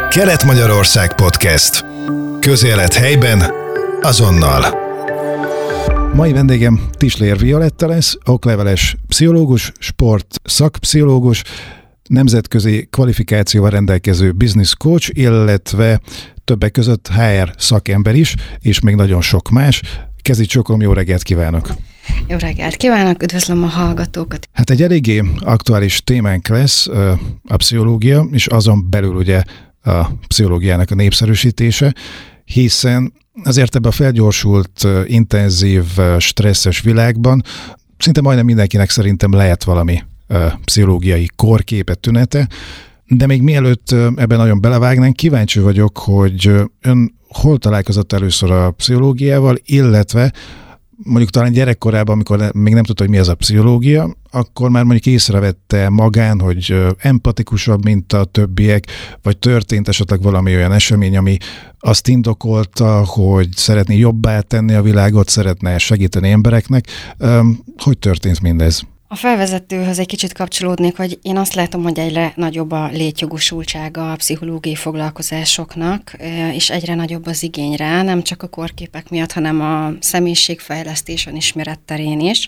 Kelet-Magyarország Podcast. Közélet helyben, azonnal. Mai vendégem Tislér Violetta lesz, okleveles pszichológus, sport szakpszichológus, nemzetközi kvalifikációval rendelkező business coach, illetve többek között HR szakember is, és még nagyon sok más. Kezi csókolom, jó reggelt kívánok! Jó reggelt kívánok, üdvözlöm a hallgatókat! Hát egy eléggé aktuális témánk lesz a pszichológia, és azon belül ugye a pszichológiának a népszerűsítése, hiszen azért ebben a felgyorsult, intenzív, stresszes világban szinte majdnem mindenkinek szerintem lehet valami pszichológiai kórképe, tünete, de még mielőtt ebben nagyon belevágnánk, kíváncsi vagyok, hogy ön hol találkozott először a pszichológiával, illetve mondjuk talán gyerekkorában, amikor még nem tudta, hogy mi az a pszichológia, akkor már mondjuk észrevette magán, hogy empatikusabb, mint a többiek, vagy történt esetleg valami olyan esemény, ami azt indokolta, hogy szeretné jobbá tenni a világot, szeretne segíteni embereknek. Hogy történt mindez? A felvezetőhöz egy kicsit kapcsolódnék, hogy én azt látom, hogy egyre nagyobb a létjogosultsága a pszichológiai foglalkozásoknak, és egyre nagyobb az igény rá, nem csak a kórképek miatt, hanem a személyiségfejlesztés, önismeret terén is.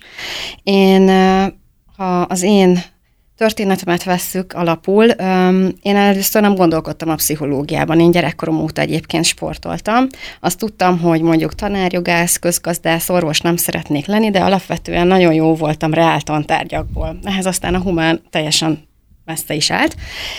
Ha az én történetemet vesszük alapul, én először nem gondolkodtam a pszichológiában. Én gyerekkorom óta egyébként sportoltam. Azt tudtam, hogy mondjuk tanárjogász, közgazdász, orvos nem szeretnék lenni, de alapvetően nagyon jó voltam reáltantárgyakból. Ehhez aztán a humán teljesen messze is állt.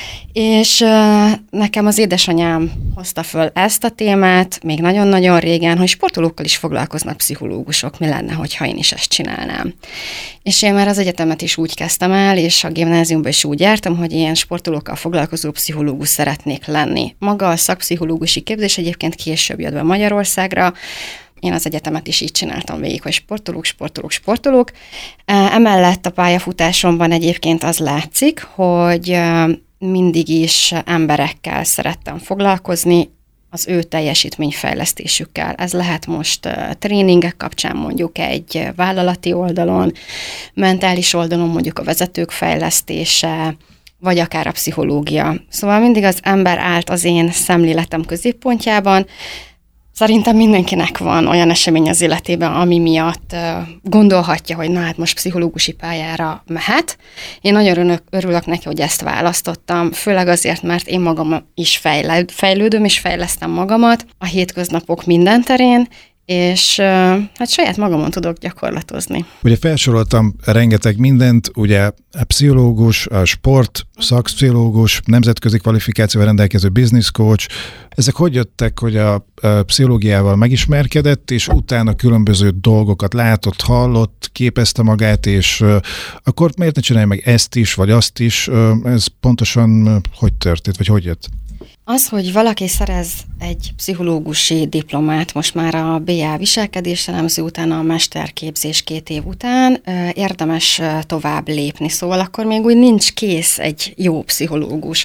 És nekem az édesanyám hozta föl ezt a témát, még nagyon-nagyon régen, hogy sportolókkal is foglalkoznak pszichológusok, mi lenne, hogyha én is ezt csinálnám. És én már az egyetemet is úgy kezdtem el, és a gimnáziumban is úgy jártam, hogy ilyen sportolókkal foglalkozó pszichológus szeretnék lenni. Maga a szakpszichológusi képzés egyébként később jött be Magyarországra. Én az egyetemet is így csináltam végig, hogy sportolók. Emellett a pályafutásomban egyébként az látszik, hogy mindig is emberekkel szerettem foglalkozni, az ő teljesítményfejlesztésükkel. Ez lehet most tréningek kapcsán mondjuk egy vállalati oldalon, mentális oldalon mondjuk a vezetők fejlesztése, vagy akár a pszichológia. Szóval mindig az ember állt az én szemléletem középpontjában. Szerintem mindenkinek van olyan esemény az életében, ami miatt gondolhatja, hogy na hát most pszichológusi pályára mehet. Én nagyon örülök neki, hogy ezt választottam, főleg azért, mert én magam is fejlődöm és fejlesztem magamat a hétköznapok minden terén, és hát saját magamon tudok gyakorlatozni. Ugye felsoroltam rengeteg mindent, ugye a pszichológus, a sport, szakpszichológus, nemzetközi kvalifikációval rendelkező business coach. Ezek hogy jöttek, hogy a pszichológiával megismerkedett, és utána különböző dolgokat látott, hallott, képezte magát, és akkor miért ne csinálj meg ezt is, vagy azt is? Ez pontosan hogy történt, vagy hogy jött? Az, hogy valaki szerez egy pszichológusi diplomát, most már a BA viselkedéselemző után, a mesterképzés 2 év után érdemes tovább lépni, szóval akkor még úgy nincs kész egy jó pszichológus.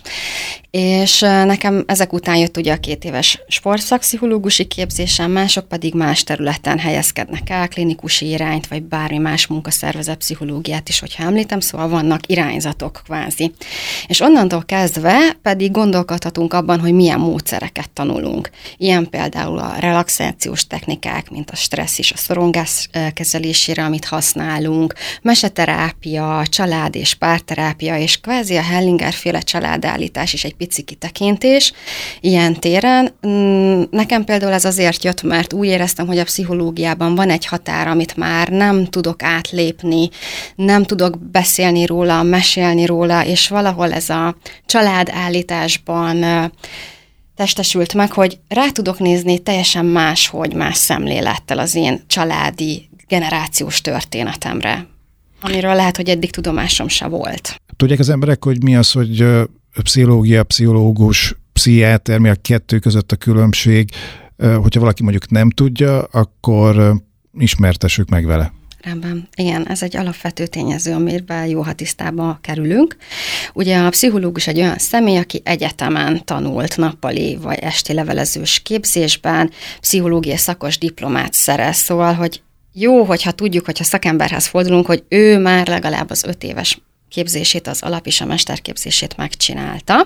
És nekem ezek után jött ugye a 2 éves sportszakpszichológusi képzésem, mások pedig más területen helyezkednek el, klinikusi irányt, vagy bármi más munkaszervezet pszichológiát is, hogyha említem, szóval vannak irányzatok kvázi. És onnantól kezdve pedig gondolkodhatunk abban, hogy milyen módszereket tanulunk. Ilyen például a relaxációs technikák, mint a stressz és a szorongás kezelésére, amit használunk, meseterápia, család- és párterápia, és kvázi a Hellinger-féle családállítás is egy pici kitekintés ilyen téren. Nekem például ez azért jött, mert úgy éreztem, hogy a pszichológiában van egy határ, amit már nem tudok átlépni, nem tudok beszélni róla, mesélni róla, és valahol ez a családállításban testesült meg, hogy rá tudok nézni teljesen máshogy, más szemlélettel az én családi generációs történetemre, amiről lehet, hogy eddig tudomásom se volt. Tudják az emberek, hogy mi az, hogy pszichológia, pszichológus, pszichiáter, mi a kettő között a különbség? Hogyha valaki mondjuk nem tudja, akkor ismertessük meg vele. Rendben. Igen, ez egy alapvető tényező, amiben jó, ha tisztába kerülünk. Ugye a pszichológus egy olyan személy, aki egyetemen tanult nappali vagy esti levelezős képzésben, pszichológiai szakos diplomát szerez, szóval, hogy jó, hogyha tudjuk, hogyha szakemberhez fordulunk, hogy ő már legalább az 5 éves képzését, az alap és a mesterképzését megcsinálta,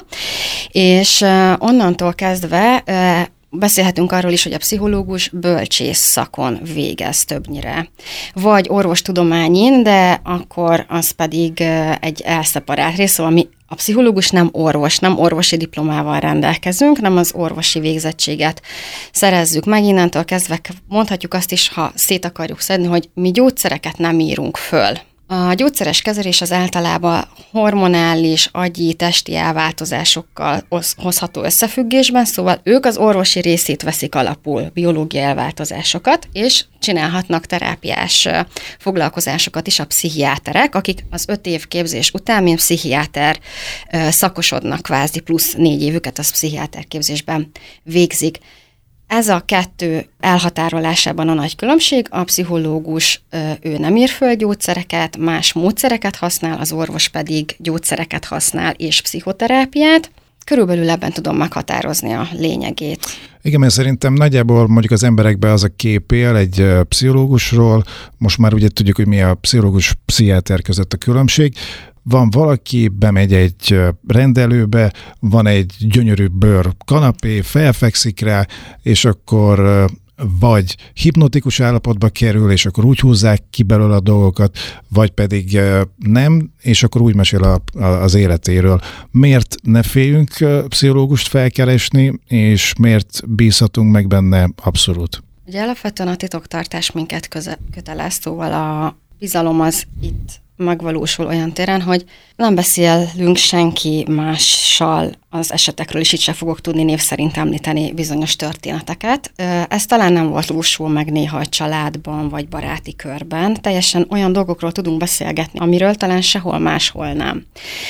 és onnantól kezdve beszélhetünk arról is, hogy a pszichológus bölcsész szakon végez többnyire. Vagy orvostudományin, de akkor az pedig egy elszeparált rész, szóval a pszichológus nem orvos, nem orvosi diplomával rendelkezünk, nem az orvosi végzettséget szerezzük meg. Innentől kezdve mondhatjuk azt is, ha szét akarjuk szedni, hogy mi gyógyszereket nem írunk föl. A gyógyszeres kezelés az általában hormonális, agyi, testi elváltozásokkal hozható összefüggésben, szóval ők az orvosi részét veszik alapul, biológiai elváltozásokat, és csinálhatnak terápiás foglalkozásokat is a pszichiáterek, akik az 5 év képzés után, mint pszichiáter szakosodnak kvázi, plusz 4 évüket az pszichiáter képzésben végzik. Ez a 2 elhatárolásában a nagy különbség, a pszichológus ő nem ír föl gyógyszereket, más módszereket használ, az orvos pedig gyógyszereket használ és pszichoterápiát. Körülbelül ebben tudom meghatározni a lényegét. Igen, mert szerintem nagyjából mondjuk az emberekben az a kép él egy pszichológusról, most már ugye tudjuk, hogy mi a pszichológus-pszichiáter között a különbség. Van valaki, bemegy egy rendelőbe, van egy gyönyörű bőr kanapé, felfekszik rá, és akkor vagy hipnotikus állapotba kerül, és akkor úgy húzzák ki belőle a dolgokat, vagy pedig nem, és akkor úgy mesél az életéről. Miért ne féljünk pszichológust felkeresni, és miért bízhatunk meg benne abszolút? Ugye alapvetően a titoktartás minket kötelez, szóval a bizalom az itt megvalósul olyan téren, hogy nem beszélünk senki mással az esetekről, és itt sem fogok tudni név szerint említeni bizonyos történeteket. Ez talán nem valósul meg néha a családban, vagy baráti körben. Teljesen olyan dolgokról tudunk beszélgetni, amiről talán sehol máshol nem.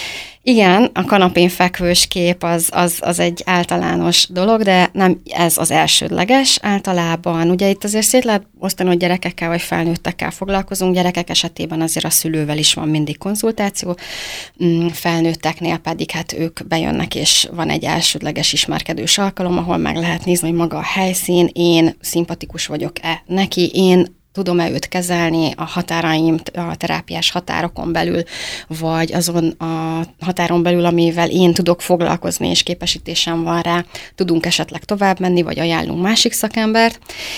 Igen, a kanapén fekvős kép az egy általános dolog, de nem ez az elsődleges általában. Ugye itt azért szét lehet osztani, hogy gyerekekkel vagy felnőttekkel foglalkozunk, gyerekek esetében azért a szülővel is van mindig konzultáció, felnőtteknél pedig hát ők bejönnek, és van egy elsődleges ismerkedős alkalom, ahol meg lehet nézni, hogy maga a helyszín, én szimpatikus vagyok-e neki, én tudom-e őt kezelni a határaim, a terápiás határokon belül, vagy azon a határon belül, amivel én tudok foglalkozni, és képesítésem van rá, tudunk esetleg tovább menni, vagy ajánlunk másik szakembert,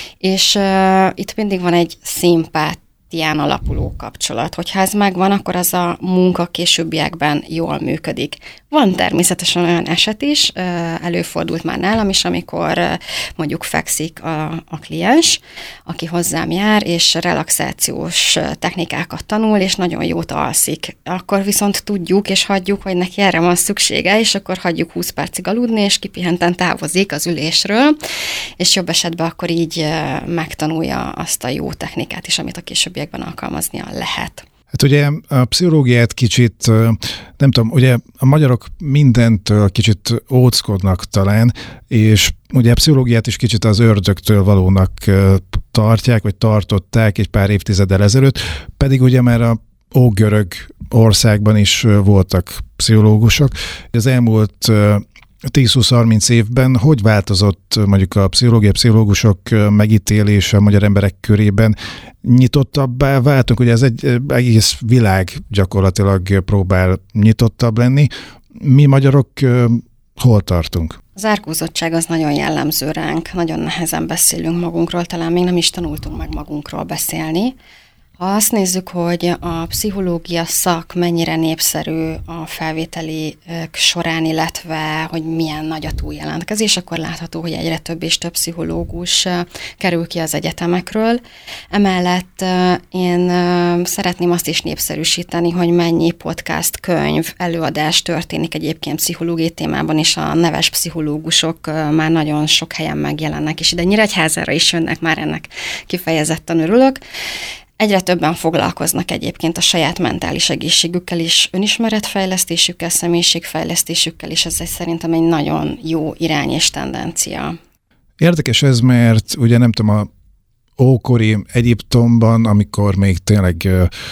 és itt mindig van egy szimpátián alapuló kapcsolat. Hogyha ez megvan, akkor az a munka későbbiekben jól működik. Van természetesen olyan eset is, előfordult már nálam is, amikor mondjuk fekszik a kliens, aki hozzám jár, és relaxációs technikákat tanul, és nagyon jót alszik. Akkor viszont tudjuk és hagyjuk, hogy neki erre van szüksége, és akkor hagyjuk 20 percig aludni, és kipihenten távozik az ülésről, és jobb esetben akkor így megtanulja azt a jó technikát is, amit a későbbiekben alkalmaznia lehet. Hát ugye a pszichológiát kicsit, nem tudom, ugye a magyarok mindentől kicsit óckodnak talán, és ugye a pszichológiát is kicsit az ördögtől valónak tartják, vagy tartották egy pár évtizeddel ezelőtt, pedig ugye már a ógörög országban is voltak pszichológusok. Az elmúlt 10-20-30 évben hogy változott mondjuk a pszichológusok megítélése a magyar emberek körében? Nyitottabbá váltunk, ugye ez egy egész világ gyakorlatilag próbál nyitottabb lenni. Mi magyarok hol tartunk? Az árkózottság az nagyon jellemző ránk, nagyon nehezen beszélünk magunkról, talán még nem is tanultunk meg magunkról beszélni. Ha azt nézzük, hogy a pszichológia szak mennyire népszerű a felvételi során, illetve hogy milyen nagy a túljelentkezés, akkor látható, hogy egyre több és több pszichológus kerül ki az egyetemekről. Emellett én szeretném azt is népszerűsíteni, hogy mennyi podcast, könyv, előadás történik egyébként pszichológiai témában, és a neves pszichológusok már nagyon sok helyen megjelennek, és ide Nyíregyházára is jönnek, már ennek kifejezetten örülök. Egyre többen foglalkoznak egyébként a saját mentális egészségükkel is, önismeretfejlesztésükkel, személyiségfejlesztésükkel is, ez szerintem egy nagyon jó irány és tendencia. Érdekes ez, mert ugye nem tudom, a ókori Egyiptomban, amikor még tényleg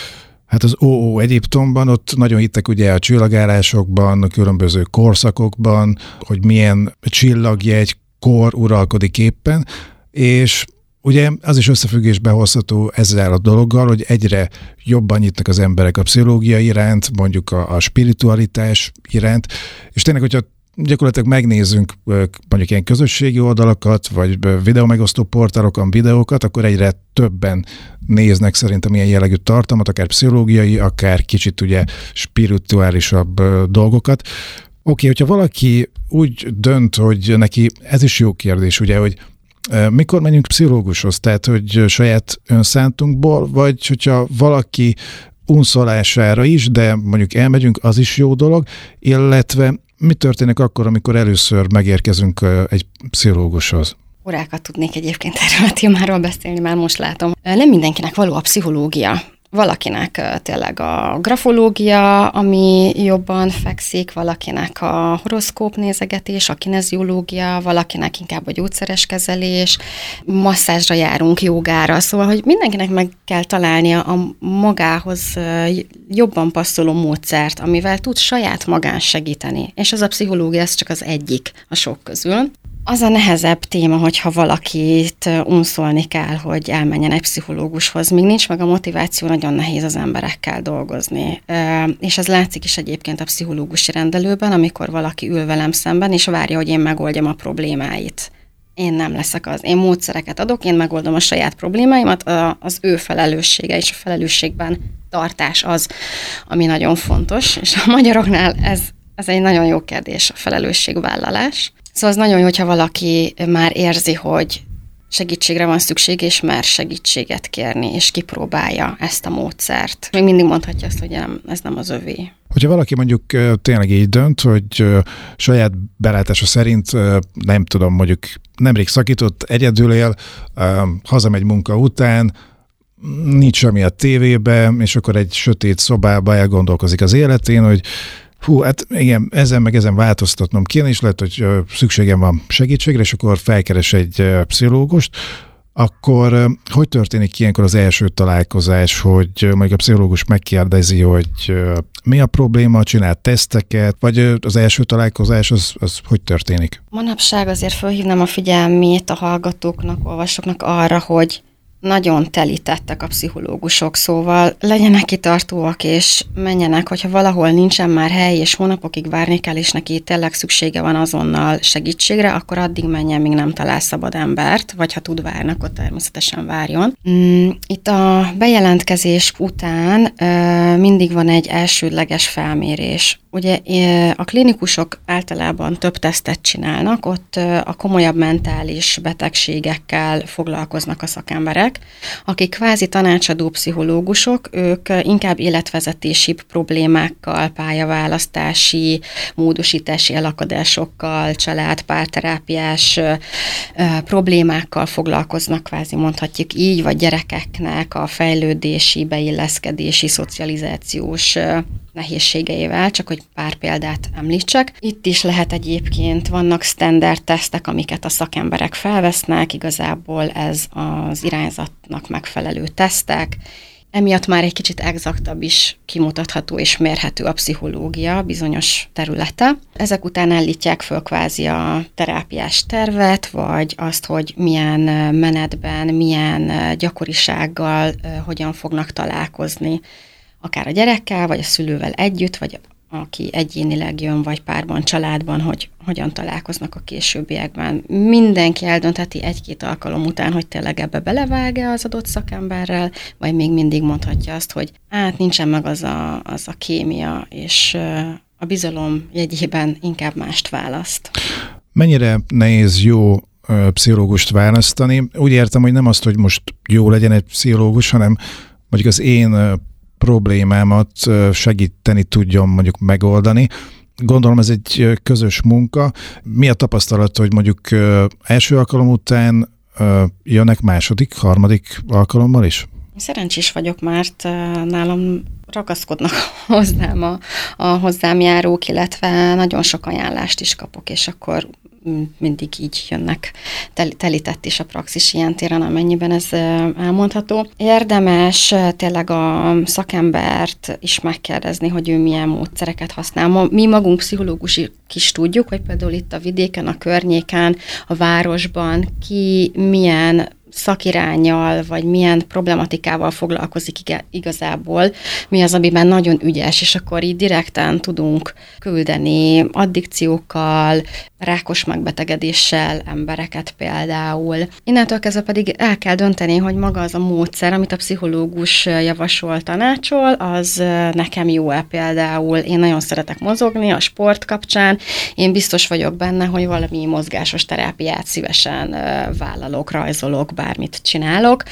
hát az óó Egyiptomban, ott nagyon hittek ugye a csillagállásokban, a különböző korszakokban, hogy milyen csillagjegy kor uralkodik éppen, és Ugye az is összefüggésbe hozható ezzel a dologgal, hogy egyre jobban nyitnak az emberek a pszichológia iránt, mondjuk a spiritualitás iránt, és tényleg, hogyha gyakorlatilag megnézzünk mondjuk ilyen közösségi oldalakat, vagy videómegosztó portálokon videókat, akkor egyre többen néznek szerintem ilyen jellegű tartalmat, akár pszichológiai, akár kicsit ugye spirituálisabb dolgokat. Oké, hogyha valaki úgy dönt, hogy neki, ez is jó kérdés, ugye, hogy mikor menjünk pszichológushoz, tehát, hogy saját önszántunkból, vagy hogyha valaki unszolására is, de mondjuk elmegyünk, az is jó dolog, illetve mi történik akkor, amikor először megérkezünk egy pszichológushoz? Órákat tudnék egyébként erről a témáról beszélni, már most látom. Nem mindenkinek való a pszichológia. Valakinek tényleg a grafológia, ami jobban fekszik, valakinek a horoszkóp nézegetés, a kineziológia, valakinek inkább a gyógyszeres kezelés, masszázsra járunk, jogára, szóval, hogy mindenkinek meg kell találnia a magához jobban passzoló módszert, amivel tud saját magán segíteni. És az a pszichológia, ez csak az egyik a sok közül. Az a nehezebb téma, hogyha valakit unszolni kell, hogy elmenjen egy pszichológushoz. Míg nincs meg a motiváció, nagyon nehéz az emberekkel dolgozni. És ez látszik is egyébként a pszichológusi rendelőben, amikor valaki ül velem szemben, és várja, hogy én megoldjam a problémáit. Én nem leszek az. Én módszereket adok, én megoldom a saját problémáimat, az ő felelőssége és a felelősségben tartás az, ami nagyon fontos. És a magyaroknál ez egy nagyon jó kérdés, a felelősségvállalás. Szóval az nagyon jó, hogyha valaki már érzi, hogy segítségre van szükség, és mer segítséget kérni, és kipróbálja ezt a módszert. Még mindig mondhatja azt, hogy ez nem az övé. Hogyha valaki mondjuk tényleg így dönt, hogy saját belátása szerint, nem tudom, mondjuk nemrég szakított, egyedül él, hazamegy munka után, nincs semmi a tévébe, és akkor egy sötét szobába elgondolkozik az életén, hogy hát igen, ezen változtatnom kéne, és lehet, hogy szükségem van segítségre, és akkor felkeres egy pszichológust, akkor hogy történik ilyenkor az első találkozás, hogy mondjuk a pszichológus megkérdezi, hogy mi a probléma, csinál teszteket, vagy az első találkozás az hogy történik? Manapság azért felhívnám a figyelmét a hallgatóknak, olvasóknak arra, hogy nagyon telítettek a pszichológusok, szóval legyenek kitartóak, és menjenek, hogyha valahol nincsen már hely, és hónapokig várni kell, és neki tényleg szüksége van azonnal segítségre, akkor addig menjen, míg nem talál szabad embert, vagy ha tud várni, akkor természetesen várjon. Itt a bejelentkezés után mindig van egy elsődleges felmérés. Ugye a klinikusok általában több tesztet csinálnak, ott a komolyabb mentális betegségekkel foglalkoznak a szakemberek, akik kvázi tanácsadó pszichológusok, ők inkább életvezetési problémákkal, pályaválasztási, módosítási elakadásokkal, család-párterápiás problémákkal foglalkoznak, kvázi mondhatjuk így, vagy gyerekeknek a fejlődési, beilleszkedési, szocializációs nehézségeivel, csak hogy pár példát említsek. Itt is lehet egyébként, vannak standard tesztek, amiket a szakemberek felvesznek, igazából ez az irányzatnak megfelelő tesztek. Emiatt már egy kicsit exaktabb is kimutatható és mérhető a pszichológia bizonyos területe. Ezek után állítják föl kvázi a terápiás tervet, vagy azt, hogy milyen menetben, milyen gyakorisággal hogyan fognak találkozni, akár a gyerekkel, vagy a szülővel együtt, vagy aki egyénileg jön, vagy párban, családban, hogy hogyan találkoznak a későbbiekben. Mindenki eldöntheti egy-két alkalom után, hogy tényleg ebbe belevág-e az adott szakemberrel, vagy még mindig mondhatja azt, hogy nincsen meg az a kémia, és a bizalom jegyében inkább mást választ. Mennyire nehéz jó pszichológust választani? Úgy értem, hogy nem azt, hogy most jó legyen egy pszichológus, hanem mondjuk az én problémámat segíteni tudjon mondjuk megoldani. Gondolom ez egy közös munka. Mi a tapasztalat, hogy mondjuk első alkalom után jönnek második, harmadik alkalommal is? Szerencsés vagyok, mert nálam ragaszkodnak hozzám a hozzám járók, illetve nagyon sok ajánlást is kapok, és akkor mindig így jönnek, telített is a praxis ilyen téren, amennyiben ez elmondható. Érdemes tényleg a szakembert is megkérdezni, hogy ő milyen módszereket használ. Mi magunk pszichológusok is tudjuk, hogy például itt a vidéken, a környéken, a városban ki milyen szakiránnyal, vagy milyen problematikával foglalkozik igazából, mi az, amiben nagyon ügyes, és akkor így direkten tudunk küldeni addikciókkal, rákos megbetegedéssel embereket például. Innentől kezdve pedig el kell dönteni, hogy maga az a módszer, amit a pszichológus javasol, tanácsol, az nekem jó-e például. Én nagyon szeretek mozogni a sport kapcsán, én biztos vagyok benne, hogy valami mozgásos terápiát szívesen vállalok, rajzolok, bármit csinálok,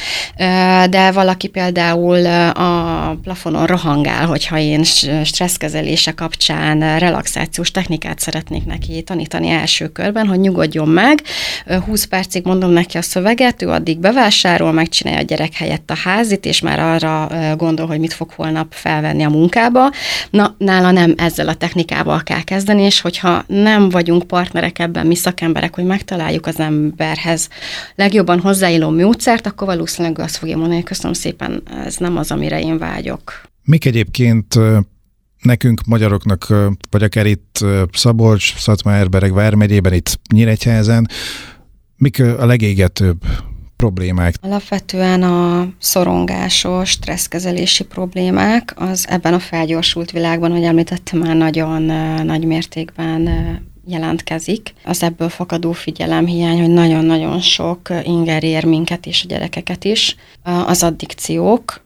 de valaki például a plafonon rohangál, hogyha én stresszkezelése kapcsán relaxációs technikát szeretnék neki tanítani első körben, hogy nyugodjon meg, 20 percig mondom neki a szöveget, ő addig bevásárol, megcsinálja a gyerek helyett a házit, és már arra gondol, hogy mit fog holnap felvenni a munkába. Na, nála nem ezzel a technikával kell kezdeni, és hogyha nem vagyunk partnerek ebben, mi szakemberek, hogy megtaláljuk az emberhez legjobban hozzáilló módszert, akkor valószínűleg azt fogja mondani, hogy köszönöm szépen, ez nem az, amire én vágyok. Mik egyébként nekünk, magyaroknak, vagy akár itt Szabolcs, Szatmár-Bereg vármegyében, itt Nyíregyházán, mik a legégetőbb problémák? Alapvetően a szorongásos, stresszkezelési problémák, az ebben a felgyorsult világban, hogy említettem, már nagyon nagy mértékben jelentkezik. Az ebből fakadó figyelemhiány, hogy nagyon-nagyon sok inger ér minket és a gyerekeket is. Az addikciók,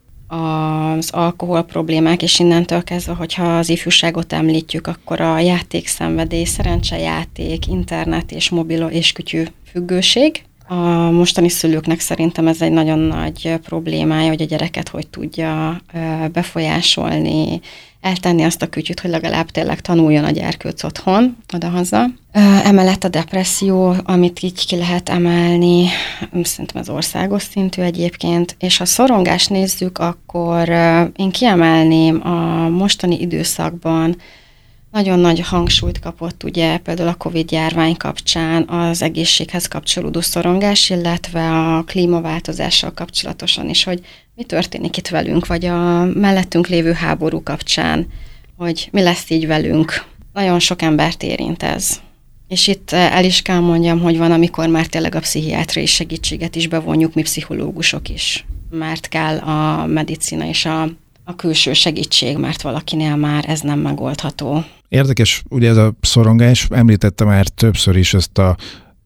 az alkohol problémák, és innentől kezdve, hogyha az ifjúságot említjük, akkor a játékszenvedély, szerencsejáték, internet és mobil és kütyű függőség. A mostani szülőknek szerintem ez egy nagyon nagy problémája, hogy a gyereket hogy tudja befolyásolni, eltenni azt a kütyüt, hogy legalább tényleg tanuljon a gyerkőc otthon, odahaza. Emellett a depresszió, amit így ki lehet emelni, szerintem ez országos szintű egyébként, és ha szorongást nézzük, akkor én kiemelném a mostani időszakban nagyon nagy hangsúlyt kapott ugye például a Covid-járvány kapcsán az egészséghez kapcsolódó szorongás, illetve a klímaváltozással kapcsolatosan is, hogy mi történik itt velünk, vagy a mellettünk lévő háború kapcsán, hogy mi lesz így velünk. Nagyon sok embert érint ez. És itt el is kell mondjam, hogy van, amikor már tényleg a pszichiátriai segítséget is bevonjuk, mi pszichológusok is, mert kell a medicina és a külső segítség, mert valakinél már ez nem megoldható. Érdekes, ugye ez a szorongás, említette már többször is ezt a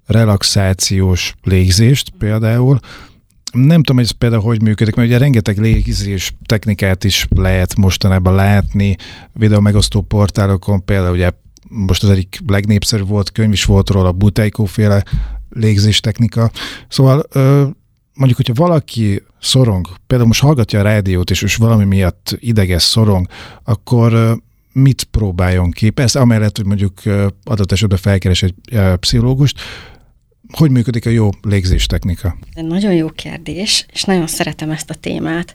relaxációs légzést például. Nem tudom, hogy ez például hogy működik, mert ugye rengeteg légzés technikát is lehet mostanában látni, videó megosztó portálokon, például ugye most az egyik legnépszerűbb volt könyv is volt róla, a Buteyko-féle légzés technika. Szóval mondjuk, hogyha valaki szorong, például most hallgatja a rádiót, és valami miatt ideges, szorong, akkor mit próbáljon ki? Persze amellett, hogy mondjuk adott esetben felkeres egy pszichológust, hogy működik a jó légzéstechnika? Ez egy nagyon jó kérdés, és nagyon szeretem ezt a témát,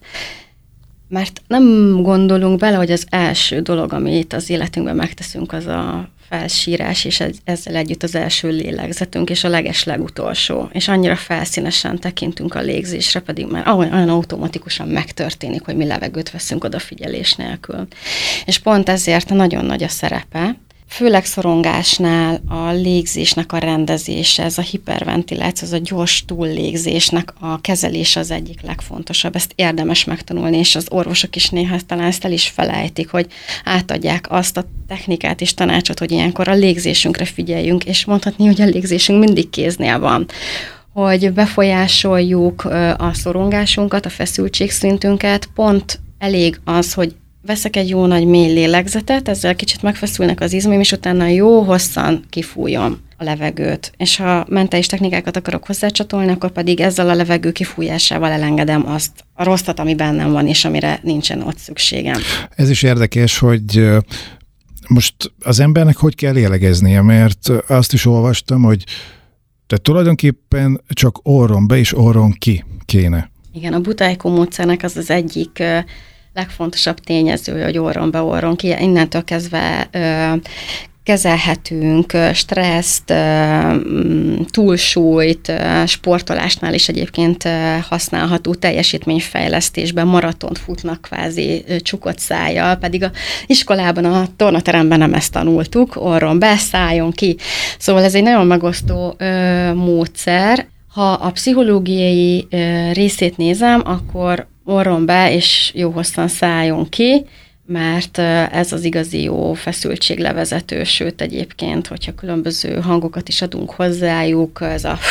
mert nem gondolunk bele, hogy az első dolog, amit az életünkben megteszünk, az a felsírás, és ezzel együtt az első lélegzetünk, és a legeslegutolsó. És annyira felszínesen tekintünk a légzésre, pedig már olyan automatikusan megtörténik, hogy mi levegőt veszünk odafigyelés nélkül. És pont ezért nagyon nagy a szerepe, főleg szorongásnál a légzésnek a rendezése, ez a hiperventiláció, ez a gyors túllégzésnek a kezelése az egyik legfontosabb. Ezt érdemes megtanulni, és az orvosok is néha talán ezt el is felejtik, hogy átadják azt a technikát és tanácsot, hogy ilyenkor a légzésünkre figyeljünk, és mondhatni, hogy a légzésünk mindig kéznél van. Hogy befolyásoljuk a szorongásunkat, a feszültségszintünket, pont elég az, hogy veszek egy jó nagy mély lélegzetet, ezzel kicsit megfeszülnek az izmaim, és utána jó hosszan kifújom a levegőt. És ha mentális technikákat akarok hozzácsatolni, akkor pedig ezzel a levegő kifújásával elengedem azt a rosszat, ami bennem van, és amire nincsen ott szükségem. Ez is érdekes, hogy most az embernek hogy kell lélegeznie, mert azt is olvastam, hogy te tulajdonképpen csak orron be és orron ki kéne. Igen, a Buteyko módszernek az egyik legfontosabb tényező, hogy orron be, orron ki. Innentől kezdve kezelhetünk stresszt, túlsúlyt, sportolásnál is egyébként használható, teljesítményfejlesztésben maratont futnak kvázi csukott szájjal, pedig a iskolában, a tornateremben nem ezt tanultuk, orron be, szájon ki. Szóval ez egy nagyon megosztó módszer. Ha a pszichológiai részét nézem, akkor orron be és jó hosszan szálljon ki, mert ez az igazi jó feszültséglevezető, sőt egyébként, hogyha különböző hangokat is adunk hozzájuk, ez a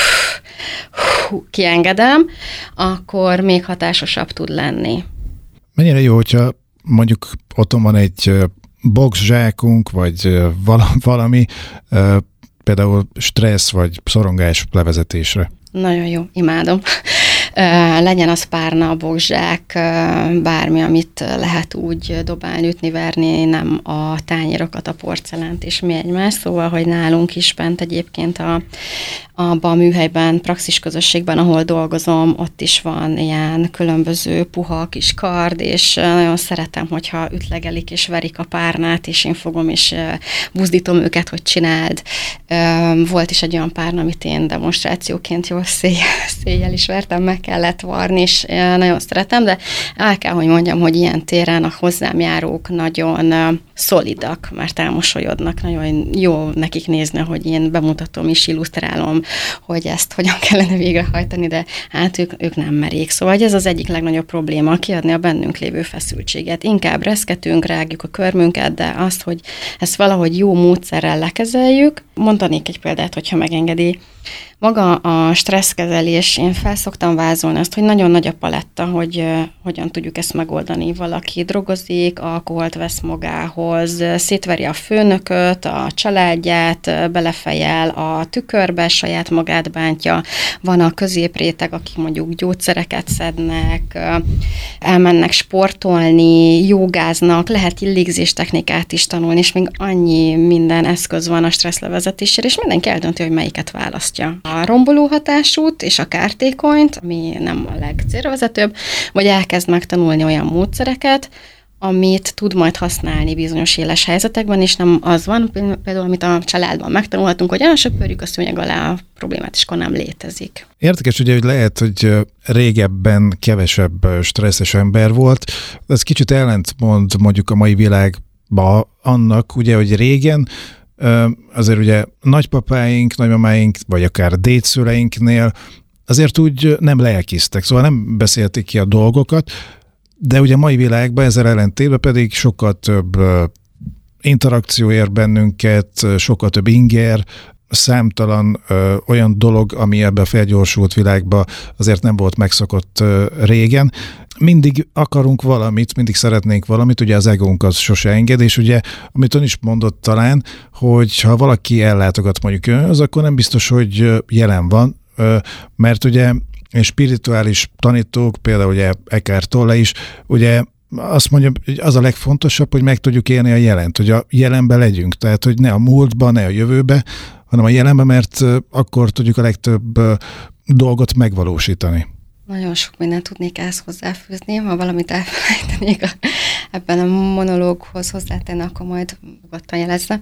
kiengedem, akkor még hatásosabb tud lenni. Mennyire jó, hogyha mondjuk otthon van egy boxzsákunk, vagy valami, például stressz vagy szorongás levezetésre? Nagyon jó, imádom. Legyen az párna, boxzsák, bármi, amit lehet úgy dobálni, ütni, verni, nem a tányérokat, a porcelánt és mi egymás. Szóval, hogy nálunk is bent egyébként abban a műhelyben, praxis közösségben, ahol dolgozom, ott is van ilyen különböző puha kis kard, és nagyon szeretem, hogyha ütlegelik és verik a párnát, és én fogom és buzdítom őket, hogy csináld. Volt is egy olyan párna, amit én demonstrációként jól széjjel is vertem, meg kellett varni, és nagyon szeretem, de el kell, hogy mondjam, hogy ilyen téren a hozzám járók nagyon szolidak, mert elmosolyodnak, nagyon jó nekik nézni, hogy én bemutatom és illusztrálom, hogy ezt hogyan kellene végrehajtani, de hát ők nem merik. Szóval ez az egyik legnagyobb probléma, kiadni a bennünk lévő feszültséget. Inkább reszketünk, rágjuk a körmünket, de azt, hogy ezt valahogy jó módszerrel lekezeljük. Mondanék egy példát, hogyha megengedi. Maga a stresszkezelés, én felszoktam vázolni azt, hogy nagyon nagy a paletta, hogy hogyan tudjuk ezt megoldani. Valaki drogozik, alkoholt vesz magához, szétveri a főnököt, a családját, belefejel a tükörbe, saját magát bántja. Van a középréteg, akik mondjuk gyógyszereket szednek, elmennek sportolni, jogáznak, lehet illégzés technikát is tanulni, és még annyi minden eszköz van a stresszlevezetésére, és mindenki eldönti, hogy melyiket választja. A romboló hatásút és a kártékonyt, ami nem a legcélvezetőbb, vagy elkezd megtanulni olyan módszereket, amit tud majd használni bizonyos éles helyzetekben, és nem az van, például, amit a családban megtanulhatunk, hogy elsöpörjük a szőnyeg alá a problémát, és akkor nem létezik. Érdekes ugye, hogy lehet, hogy régebben kevesebb stresszes ember volt, ez kicsit ellentmond mondjuk a mai világban annak, ugye, hogy régen azért ugye nagypapáink, nagymamáink, vagy akár dédszüleinknél azért úgy nem lelkiztek, szóval nem beszélték ki a dolgokat, de ugye a mai világban ezzel ellentétben pedig sokkal több interakció ér bennünket, sokkal több inger, számtalan olyan dolog, ami ebben a felgyorsult világban azért nem volt megszokott régen. Mindig akarunk valamit, mindig szeretnénk valamit, ugye az egónk az sose enged, és ugye, amit ön is mondott talán, hogy ha valaki ellátogat mondjuk önhöz, akkor nem biztos, hogy jelen van, mert ugye spirituális tanítók, például ugye Eckhart Tolle is, ugye azt mondja, hogy az a legfontosabb, hogy meg tudjuk élni a jelent, hogy a jelenben legyünk, tehát hogy ne a múltban, ne a jövőbe, hanem a jelenben, mert akkor tudjuk a legtöbb dolgot megvalósítani. Nagyon sok mindent tudnék ezt hozzáfűzni, ha valamit elfelejtenék ebben a monológhoz hozzátenni, akkor majd nyugodtan jelezze.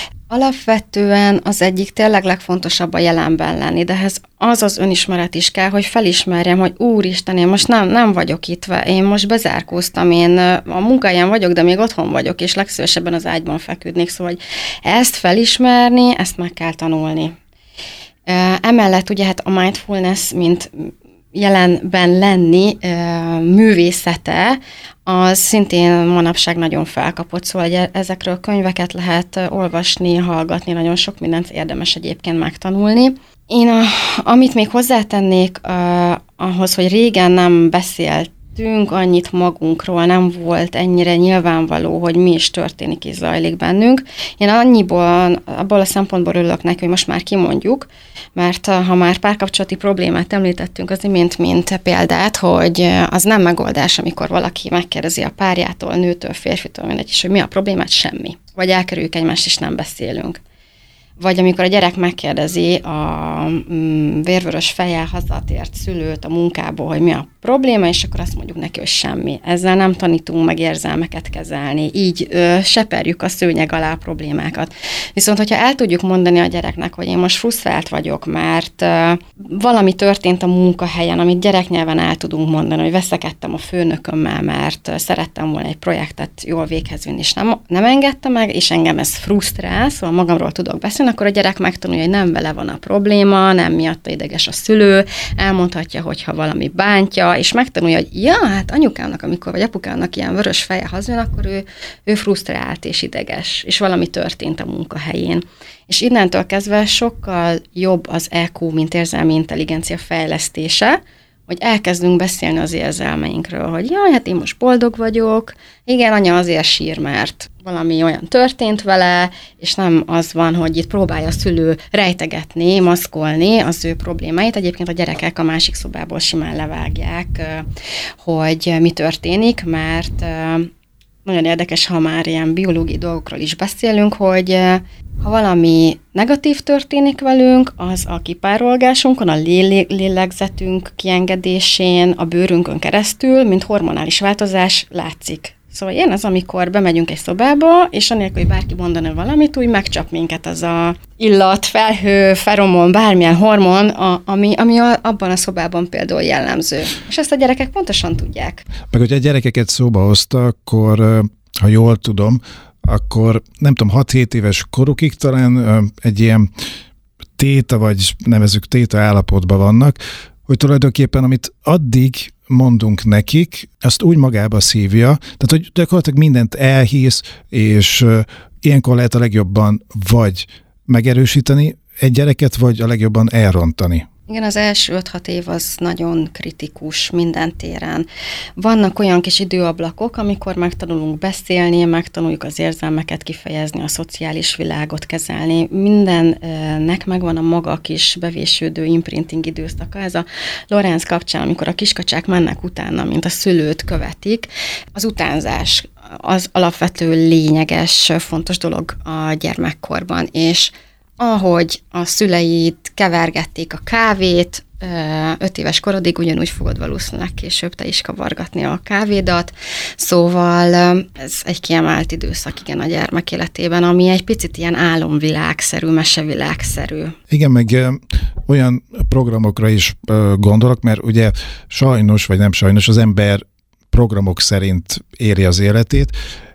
Alapvetően az egyik tényleg legfontosabb a jelenben lenni, de ehhez az önismeret is kell, hogy felismerjem, hogy úristen, én most nem vagyok itt, én most bezárkóztam, én a munkahelyen vagyok, de még otthon vagyok, és legszívesebben az ágyban feküdnék, szóval hogy ezt felismerni, ezt meg kell tanulni. Emellett ugye hát a mindfulness, mint jelenben lenni művészete, az szintén manapság nagyon felkapott, szóval ezekről könyveket lehet olvasni, hallgatni, nagyon sok mindent érdemes egyébként megtanulni. Én amit még hozzátennék ahhoz, hogy régen nem beszéltünk annyit magunkról, nem volt ennyire nyilvánvaló, hogy mi is történik és zajlik bennünk. Én abból a szempontból örülök neki, hogy most már kimondjuk, mert ha már párkapcsolati problémát említettünk az imént, mint példát, hogy az nem megoldás, amikor valaki megkérdezi a párjától, nőtől, férfitől, mindegy is, hogy mi a problémát, semmi. Vagy elkerüljük egymást, és nem beszélünk. Vagy amikor a gyerek megkérdezi a vérvörös fejjel hazatért szülőt a munkából, hogy mi a probléma, és akkor azt mondjuk neki, hogy semmi. Ezzel nem tanítunk meg érzelmeket kezelni. Így seperjük a szőnyeg alá a problémákat. Viszont, hogyha el tudjuk mondani a gyereknek, hogy én most frusztrált vagyok, mert valami történt a munkahelyen, amit gyereknyelven el tudunk mondani, hogy veszekedtem a főnökömmel, mert szerettem volna egy projektet jól véghez vinni, és nem engedte meg, és engem ez frusztrál, szóval magamról tudok beszélni, hiszen akkor a gyerek megtanulja, hogy nem vele van a probléma, nem miatta ideges a szülő, elmondhatja, hogyha valami bántja, és megtanulja, hogy ja, hát anyukámnak, amikor vagy apukámnak ilyen vörös feje hazajön, akkor ő frusztrált és ideges, és valami történt a munkahelyén. És innentől kezdve sokkal jobb az EQ, mint érzelmi intelligencia fejlesztése, hogy elkezdünk beszélni az érzelmeinkről, hogy jaj, hát én most boldog vagyok, igen, anya azért sír, mert valami olyan történt vele, és nem az van, hogy itt próbálja a szülő rejtegetni, maszkolni az ő problémáit. Egyébként a gyerekek a másik szobából simán levágják, hogy mi történik, mert nagyon érdekes, ha már ilyen biológiai dolgokról is beszélünk, hogy ha valami negatív történik velünk, az a kipárolgásunkon, a lélegzetünk kiengedésén, a bőrünkön keresztül, mint hormonális változás látszik. Szóval ilyen az, amikor bemegyünk egy szobába, és anélkül, hogy bárki mondana valamit, úgy megcsap minket az a illat, felhő, feromon, bármilyen hormon, ami abban a szobában például jellemző. És ezt a gyerekek pontosan tudják. Meg hogyha a gyerekeket szóba hozta, akkor, ha jól tudom, akkor nem tudom, 6-7 éves korukig talán egy ilyen téta, vagy nevezzük téta állapotban vannak, hogy tulajdonképpen amit addig mondunk nekik, azt úgy magába szívja, tehát hogy gyakorlatilag mindent elhisz, és ilyenkor lehet a legjobban vagy megerősíteni egy gyereket, vagy a legjobban elrontani. Igen, az első 5-6 év az nagyon kritikus minden téren. Vannak olyan kis időablakok, amikor megtanulunk beszélni, megtanuljuk az érzelmeket kifejezni, a szociális világot kezelni. Mindennek megvan a maga kis bevésődő imprinting időszaka. Ez a Lorenz kapcsán, amikor a kiskacsák mennek utána, mint a szülőt követik, az utánzás az alapvető lényeges, fontos dolog a gyermekkorban, és ahogy a szüleid kevergették a kávét, 5 éves korodig ugyanúgy fogod valószínűleg később te is kavargatni a kávédat, szóval ez egy kiemelt időszak, igen, a gyermek életében, ami egy picit ilyen álomvilágszerű, mesevilágszerű. Igen, meg olyan programokra is gondolok, mert ugye sajnos, vagy nem sajnos, az ember programok szerint éli az életét,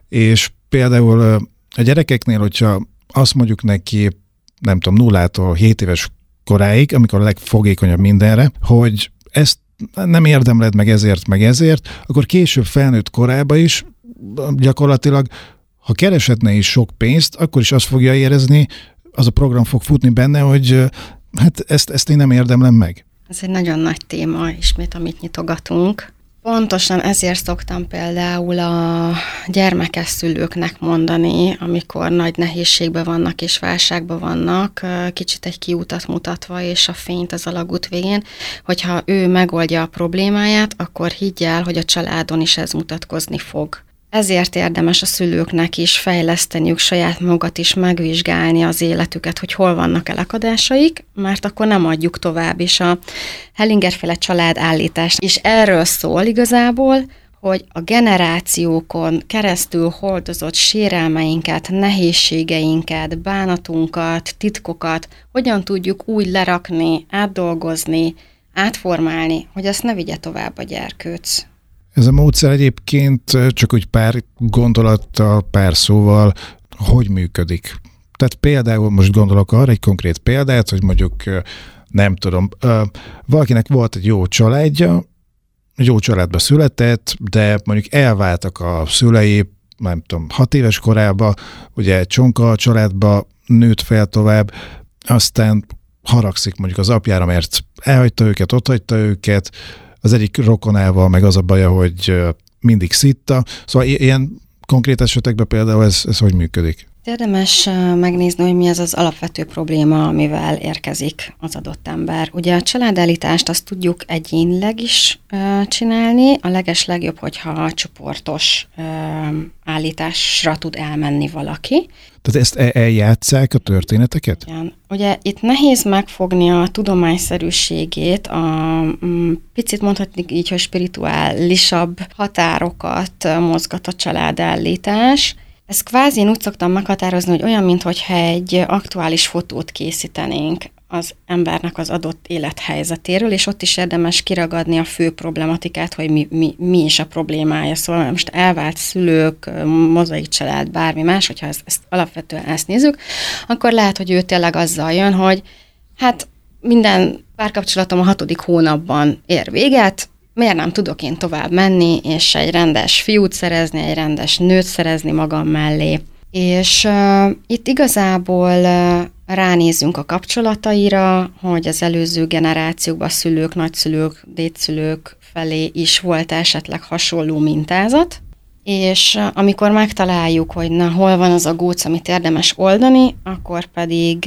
és például a gyerekeknél, hogyha azt mondjuk neki, nem tudom, 0-tól 7 éves koráig, amikor a legfogékonyabb mindenre, hogy ezt nem érdemled meg ezért, akkor később felnőtt korában is gyakorlatilag, ha kereshetne is sok pénzt, akkor is azt fogja érezni, az a program fog futni benne, hogy hát ezt én nem érdemlem meg. Ez egy nagyon nagy téma, ismét, amit nyitogatunk. Pontosan ezért szoktam például a gyermekes szülőknek mondani, amikor nagy nehézségben vannak és válságban vannak, kicsit egy kiutat mutatva és a fényt az alagút végén, hogyha ő megoldja a problémáját, akkor higgy el, hogy a családon is ez mutatkozni fog. Ezért érdemes a szülőknek is fejleszteniük saját magukat is, megvizsgálni az életüket, hogy hol vannak elakadásaik, mert akkor nem adjuk tovább. És a Hellinger-féle családállítás is erről szól igazából, hogy a generációkon keresztül hordozott sérelmeinket, nehézségeinket, bánatunkat, titkokat hogyan tudjuk úgy lerakni, átdolgozni, átformálni, hogy azt ne vigye tovább a gyerkőc. Ez a módszer egyébként csak úgy pár gondolattal, pár szóval, hogy működik. Tehát például most gondolok arra egy konkrét példát, hogy mondjuk nem tudom, valakinek volt egy jó családja, egy jó családba született, de mondjuk elváltak a szülei, nem tudom, 6 éves korában, ugye csonka családba nőtt fel tovább, aztán haragszik mondjuk az apjára, mert elhagyta őket, otthagyta őket, az egyik rokonával meg az a baja, hogy mindig szitta. Szóval ilyen konkrét esetekben például ez hogy működik? Érdemes megnézni, hogy mi az az alapvető probléma, amivel érkezik az adott ember. Ugye a családállítást azt tudjuk egyénileg is csinálni, a legeslegjobb, hogyha csoportos állításra tud elmenni valaki. Tehát ezt eljátsszák a történeteket? Igen. Ugye itt nehéz megfogni a tudományszerűségét, picit mondhatni így, hogy spirituálisabb határokat mozgat a családállítás. Ezt kvázi én úgy szoktam meghatározni, hogy olyan, mintha egy aktuális fotót készítenénk. az embernek az adott élethelyzetéről, és ott is érdemes kiragadni a fő problematikát, hogy mi is a problémája. Szóval most elvált szülők, mozaik család, bármi más, hogyha ezt alapvetően ezt nézzük, akkor lehet, hogy ő tényleg azzal jön, hogy hát minden párkapcsolatom a 6. hónapban ér véget, miért nem tudok én tovább menni, és egy rendes fiút szerezni, egy rendes nőt szerezni magam mellé. És itt igazából ránézünk a kapcsolataira, hogy az előző generációkban a szülők, nagyszülők, dédszülők felé is volt esetleg hasonló mintázat, és amikor megtaláljuk, hogy na, hol van az a góc, amit érdemes oldani, akkor pedig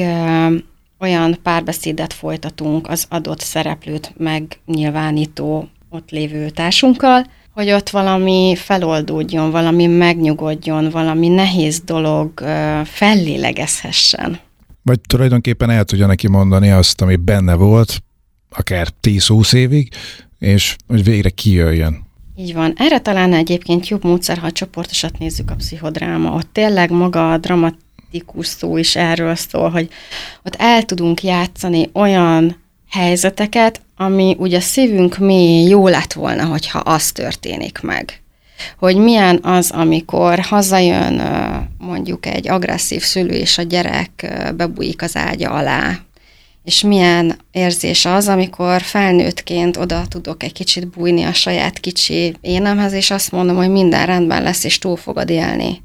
olyan párbeszédet folytatunk az adott szereplőt megnyilvánító ott lévő társunkkal, hogy ott valami feloldódjon, valami megnyugodjon, valami nehéz dolog fellélegezhessen. Vagy tulajdonképpen el tudja neki mondani azt, ami benne volt, akár 10-20 évig, és hogy végre kijöjjön. Így van. Erre talán egyébként jobb módszer, ha a csoportosat nézzük, a pszichodráma. Ott tényleg maga a dramatikus szó is erről szól, hogy ott el tudunk játszani olyan helyzeteket, ami ugye a szívünk mélyén jó lett volna, hogyha az történik meg. Hogy milyen az, amikor hazajön mondjuk egy agresszív szülő, és a gyerek bebújik az ágya alá. És milyen érzés az, amikor felnőttként oda tudok egy kicsit bújni a saját kicsi énemhez, és azt mondom, hogy minden rendben lesz, és túl fogod élni.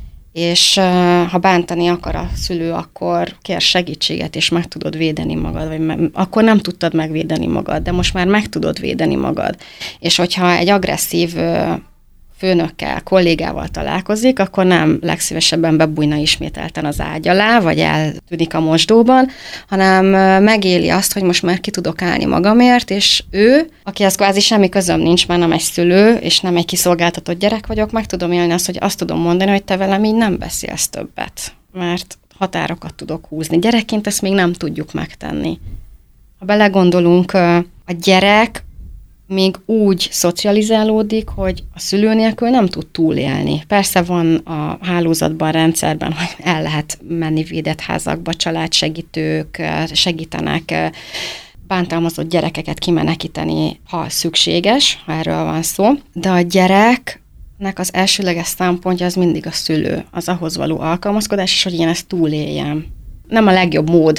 És ha bántani akar a szülő, akkor kér segítséget, és meg tudod védeni magad, vagy akkor nem tudtad megvédeni magad, de most már meg tudod védeni magad. És hogyha egy agresszív főnökkel, kollégával találkozik, akkor nem legszívesebben bebújna ismételten az ágy alá, vagy eltűnik a mosdóban, hanem megéli azt, hogy most már ki tudok állni magamért, és ő, akihez kvázi semmi közöm nincs, mert nem egy szülő, és nem egy kiszolgáltatott gyerek vagyok, meg tudom élni azt, hogy azt tudom mondani, hogy te velem így nem beszélsz többet, mert határokat tudok húzni. Gyerekként ezt még nem tudjuk megtenni. Ha belegondolunk, a gyerek még úgy szocializálódik, hogy a szülő nélkül nem tud túlélni. Persze van a hálózatban, a rendszerben, hogy el lehet menni védett házakba, családsegítők segítenek bántalmazott gyerekeket kimenekíteni, ha szükséges, ha erről van szó. De a gyereknek az elsőleges szempontja az mindig a szülő, az ahhoz való alkalmazkodás, és hogy én ezt túléljem. Nem a legjobb mód,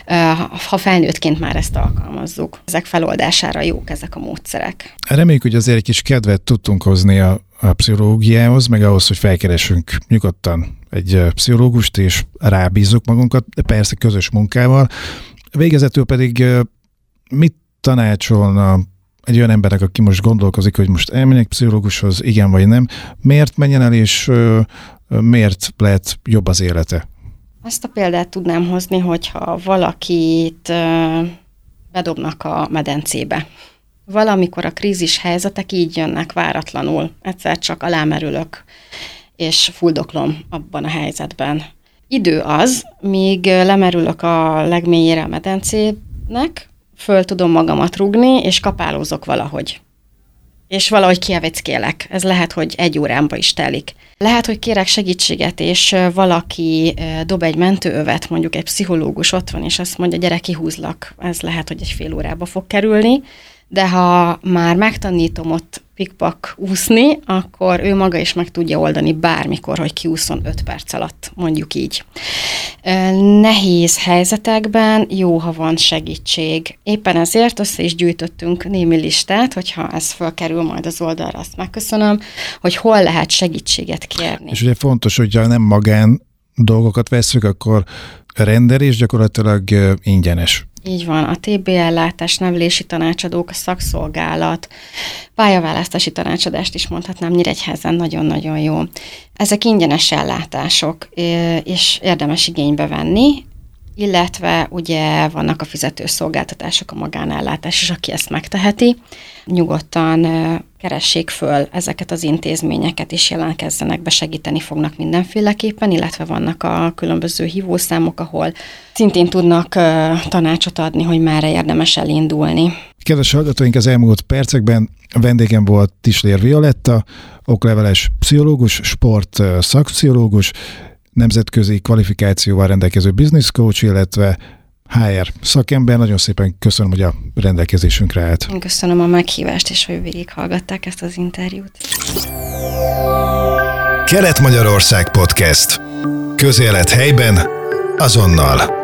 ha felnőttként már ezt alkalmazzuk. Ezek feloldására jók ezek a módszerek. Reméljük, hogy azért egy kis kedvet tudtunk hozni a pszichológiához, meg ahhoz, hogy felkeressünk nyugodtan egy pszichológust, és rábízzuk magunkat, de persze közös munkával. Végezetül pedig mit tanácsolna egy olyan embernek, aki most gondolkozik, hogy most elmenjek pszichológushoz, igen vagy nem, miért menjen el, és miért lehet jobb az élete? Azt a példát tudnám hozni, hogyha valakit bedobnak a medencébe. Valamikor a krízis helyzetek így jönnek váratlanul. Egyszer csak alámerülök, és fuldoklom abban a helyzetben. Idő az, míg lemerülök a legmélyére a medencének, föl tudom magamat rúgni, és kapálózok valahogy. És valahogy kieveckélek. Ez lehet, hogy 1 órámba is telik. Lehet, hogy kérek segítséget, és valaki dob egy mentőövet, mondjuk egy pszichológus ott van, és azt mondja, gyere, kihúzlak. Ez lehet, hogy egy fél órába fog kerülni, de ha már megtanítom ott pikpak úszni, akkor ő maga is meg tudja oldani bármikor, hogy kiúszon 5 perc alatt, mondjuk így. Nehéz helyzetekben jó, ha van segítség. Éppen ezért össze is gyűjtöttünk némi listát, hogyha ez fölkerül majd az oldalra, azt megköszönöm, hogy hol lehet segítséget kérni. És ugye fontos, hogyha nem magán dolgokat veszük, akkor a rendelés gyakorlatilag ingyenes. Így van, a TB ellátás, nevelési tanácsadók, a szakszolgálat, pályaválasztási tanácsadást is mondhatnám, Nyíregyházán nagyon-nagyon jó. Ezek ingyenes ellátások, és érdemes igénybe venni, illetve ugye vannak a fizetőszolgáltatások, a magánellátás is, aki ezt megteheti. Nyugodtan keressék föl ezeket az intézményeket, és jelentkezzenek be, segíteni fognak mindenféleképpen, illetve vannak a különböző hívószámok, ahol szintén tudnak tanácsot adni, hogy merre érdemes elindulni. Kedves hallgatóink, az elmúlt percekben a vendégem volt Tislér Violetta, okleveles pszichológus, sport szakpszichológus, nemzetközi kvalifikációval rendelkező business coach, illetve HR szakember. Nagyon szépen köszönöm, hogy a rendelkezésünkre állt. Én köszönöm a meghívást, és hogy végighallgatták ezt az interjút. Kelet-Magyarország Podcast. Közélet helyben, azonnal.